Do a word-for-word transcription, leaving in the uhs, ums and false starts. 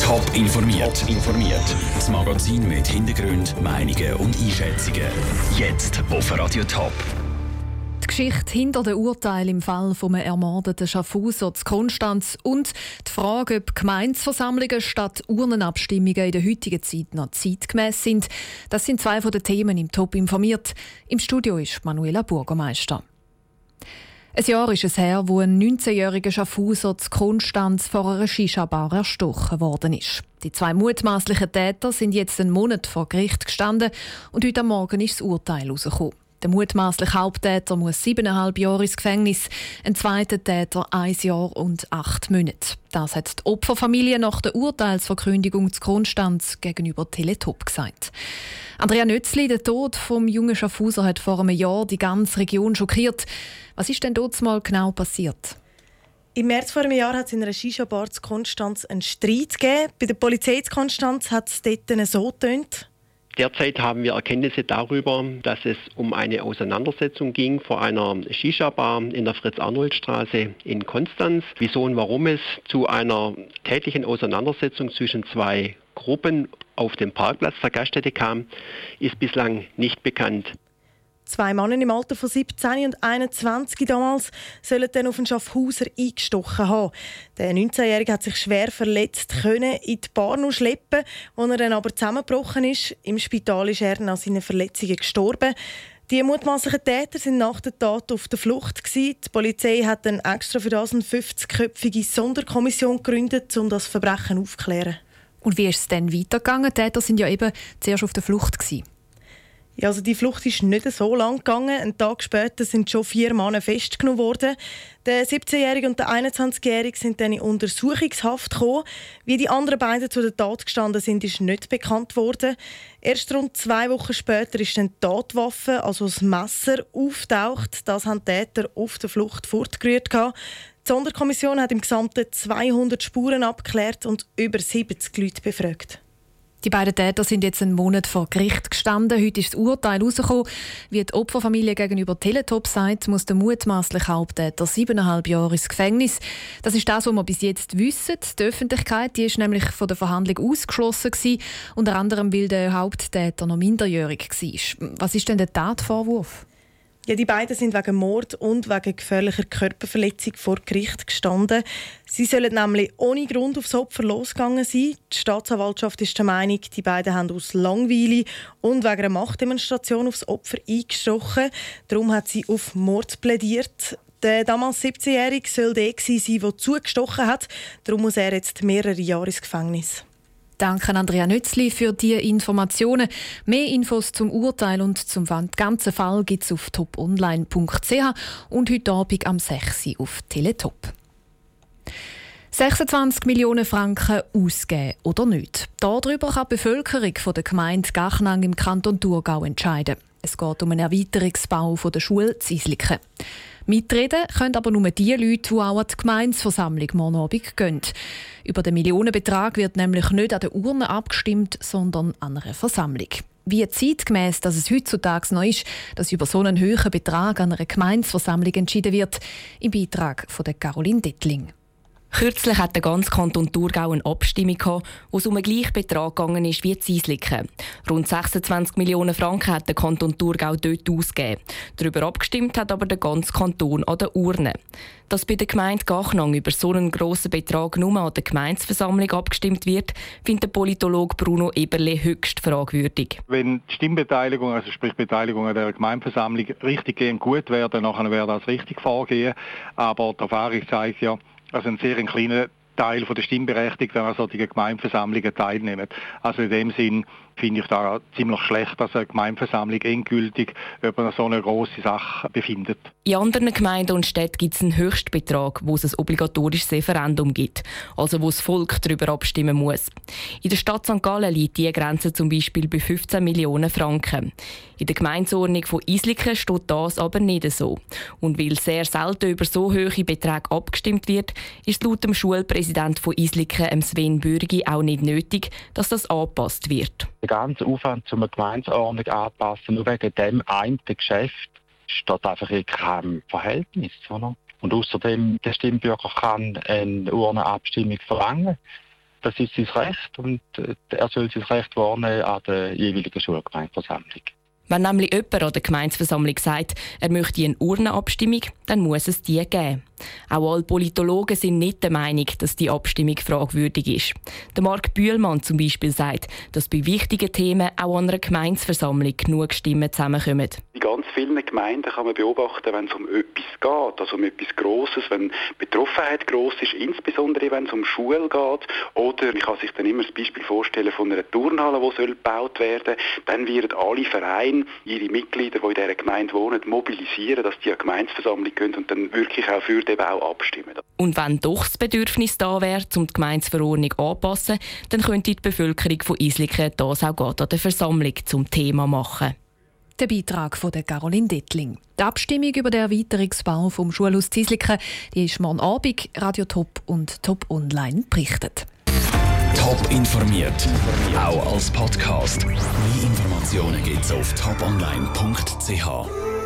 Top informiert. Top informiert. Das Magazin mit Hintergrund, Meinungen und Einschätzungen. Jetzt auf Radio Top. Die Geschichte hinter dem Urteil im Fall vom ermordeten Schaffhauser zu Konstanz und die Frage, ob Gemeindeversammlungen statt Urnenabstimmungen in der heutigen Zeit noch zeitgemäss sind, das sind zwei von den Themen im Top informiert. Im Studio ist Manuela Bürgermeister. Ein Jahr ist es her, wo ein neunzehnjähriger Schaffhauser zu Konstanz vor einer Shisha-Bar erstochen worden ist. Die zwei mutmaßlichen Täter sind jetzt einen Monat vor Gericht gestanden und heute Morgen ist das Urteil herausgekommen. Der mutmaßliche Haupttäter muss siebeneinhalb Jahre ins Gefängnis, ein zweiter Täter ein Jahr und acht Monate. Das hat die Opferfamilie nach der Urteilsverkündigung zu Konstanz gegenüber Teletop gesagt. Andrea Nötzli, der Tod vom jungen Schaffhauser hat vor einem Jahr die ganze Region schockiert. Was ist denn dort mal genau passiert? Im März vor einem Jahr hat es in einer Shisha-Bar zu Konstanz einen Streit gegeben. Bei der Polizei zu Konstanz hat es dort so getönt. Derzeit haben wir Erkenntnisse darüber, dass es um eine Auseinandersetzung ging vor einer Shisha-Bar in der Fritz-Arnold-Straße in Konstanz. Wieso und warum es zu einer tätlichen Auseinandersetzung zwischen zwei Gruppen auf dem Parkplatz der Gaststätte kam, ist bislang nicht bekannt. Zwei Männer im Alter von siebzehn und einundzwanzig damals sollen dann auf den Schaffhauser eingestochen haben. Der neunzehnjährige hat sich schwer verletzt, können in die Bar noch schleppen, wo er dann aber zusammengebrochen ist. Im Spital ist er an seinen Verletzungen gestorben. Die mutmaßlichen Täter sind nach der Tat auf der Flucht gewesen. Die Polizei hat dann extra für das eine fünfzigköpfige Sonderkommission gegründet, um das Verbrechen aufzuklären. Und wie ist es dann weitergegangen? Die Täter sind ja eben zuerst auf der Flucht gewesen. Ja, also die Flucht ist nicht so lang gegangen. Einen Tag später sind schon vier Männer festgenommen worden. Der siebzehnjährige und der einundzwanzigjährige sind dann in Untersuchungshaft gekommen. Wie die anderen beiden zu der Tat gestanden sind, ist nicht bekannt worden. Erst rund zwei Wochen später ist dann die Tatwaffe, also das Messer, auftaucht. Das haben die Täter auf der Flucht fortgerührt. Die Sonderkommission hat im Gesamten zweihundert Spuren abgeklärt und über siebzig Leute befragt. Die beiden Täter sind jetzt einen Monat vor Gericht gestanden. Heute ist das Urteil herausgekommen. Wie die Opferfamilie gegenüber Teletop sagt, muss der mutmaßliche Haupttäter siebeneinhalb Jahre ins Gefängnis. Das ist das, was wir bis jetzt wissen. Die Öffentlichkeit die ist nämlich von der Verhandlung ausgeschlossen gewesen, unter anderem, weil der Haupttäter noch minderjährig war. Was ist denn der Tatvorwurf? Ja, die beiden sind wegen Mord und wegen gefährlicher Körperverletzung vor Gericht gestanden. Sie sollen nämlich ohne Grund aufs Opfer losgegangen sein. Die Staatsanwaltschaft ist der Meinung, die beiden haben aus Langweile und wegen einer Machtdemonstration aufs Opfer eingestochen. Darum hat sie auf Mord plädiert. Der damals siebzehnjährige soll der sein, der zugestochen hat. Darum muss er jetzt mehrere Jahre ins Gefängnis. Danke Andrea Nötzli für die Informationen. Mehr Infos zum Urteil und zum ganzen Fall gibt es auf top online punkt c h und heute Abend am sechs Uhr auf Teletop. sechsundzwanzig Millionen Franken ausgeben oder nicht? Darüber kann die Bevölkerung von der Gemeinde Gachnang im Kanton Thurgau entscheiden. Es geht um einen Erweiterungsbau von der Schule Zisliken. Mitreden können aber nur die Leute, die auch an die Gemeindeversammlung morgen Abend gehen. Über den Millionenbetrag wird nämlich nicht an der Urne abgestimmt, sondern an einer Versammlung. Wie zeitgemäss dass es heutzutage noch ist, dass über so einen hohen Betrag an einer Gemeindeversammlung entschieden wird, im Beitrag von der Caroline Dettling. Kürzlich hat der ganze Kanton Thurgau eine Abstimmung gehabt, wo es um einen gleichen Betrag gegangen ist wie Zisliken. Rund sechsundzwanzig Millionen Franken hat der Kanton Thurgau dort ausgegeben. Darüber abgestimmt hat aber der ganze Kanton an der Urne. Dass bei der Gemeinde Gachnang über so einen grossen Betrag nur an der Gemeindeversammlung abgestimmt wird, findet der Politologe Bruno Eberle höchst fragwürdig. Wenn die Stimmbeteiligung, also sprich Beteiligung an der Gemeindeversammlung, richtig gut wäre, dann wäre das richtig vorgehen. Aber die Erfahrung zeigt ja, also ein sehr kleiner Teil der Stimmberechtigten an solchen Gemeindeversammlungen teilnehmen. Also in dem Sinn finde ich da ziemlich schlecht, dass eine Gemeindeversammlung endgültig über so eine grosse Sache befindet. In anderen Gemeinden und Städten gibt es einen Höchstbetrag, wo es ein obligatorisches Referendum gibt, also wo das Volk darüber abstimmen muss. In der Stadt Sankt Gallen liegt diese Grenze zum Beispiel bei fünfzehn Millionen Franken. In der Gemeindeordnung von Isliken steht das aber nicht so. Und weil sehr selten über so hohe Beträge abgestimmt wird, ist laut dem Schulpräsident von Isliken, Sven Bürgi, auch nicht nötig, dass das angepasst wird. Der ganze Aufwand zur Gemeindeordnung anpassen, nur wegen dem einen Geschäft, steht einfach in keinem Verhältnis. Oder? Und außerdem, der Stimmbürger kann eine Urnenabstimmung verlangen. Das ist sein Recht und er soll sein Recht wahrnehmen an der jeweiligen Schulgemeindeversammlung. Wenn nämlich jemand an der Gemeindeversammlung sagt, er möchte eine Urnenabstimmung, dann muss es die geben. Auch alle Politologen sind nicht der Meinung, dass die Abstimmung fragwürdig ist. Der Marc Bühlmann zum Beispiel sagt, dass bei wichtigen Themen auch an einer Gemeindeversammlung genug Stimmen zusammenkommen. In ganz vielen Gemeinden kann man beobachten, wenn es um etwas geht, also um etwas Grosses, wenn Betroffenheit gross ist, insbesondere wenn es um Schule geht. Oder man kann sich dann immer das Beispiel vorstellen von einer Turnhalle, die gebaut werden soll. Dann werden alle Vereine ihre Mitglieder, die in dieser Gemeinde wohnen, mobilisieren, dass die an die Gemeindeversammlung gehen und dann wirklich auch für den Bau abstimmen. Und wenn doch das Bedürfnis da wäre, um die Gemeindeverordnung anzupassen, dann könnte die Bevölkerung von Isliken das auch gerade an der Versammlung zum Thema machen. Der Beitrag von der Caroline Dettling. Die Abstimmung über den Erweiterungsbau vom Schulhaus Isliken, die ist morgen Abend Radio Top und Top Online berichtet. Top informiert, auch als Podcast. Mehr Informationen gibt's auf top online punkt c h.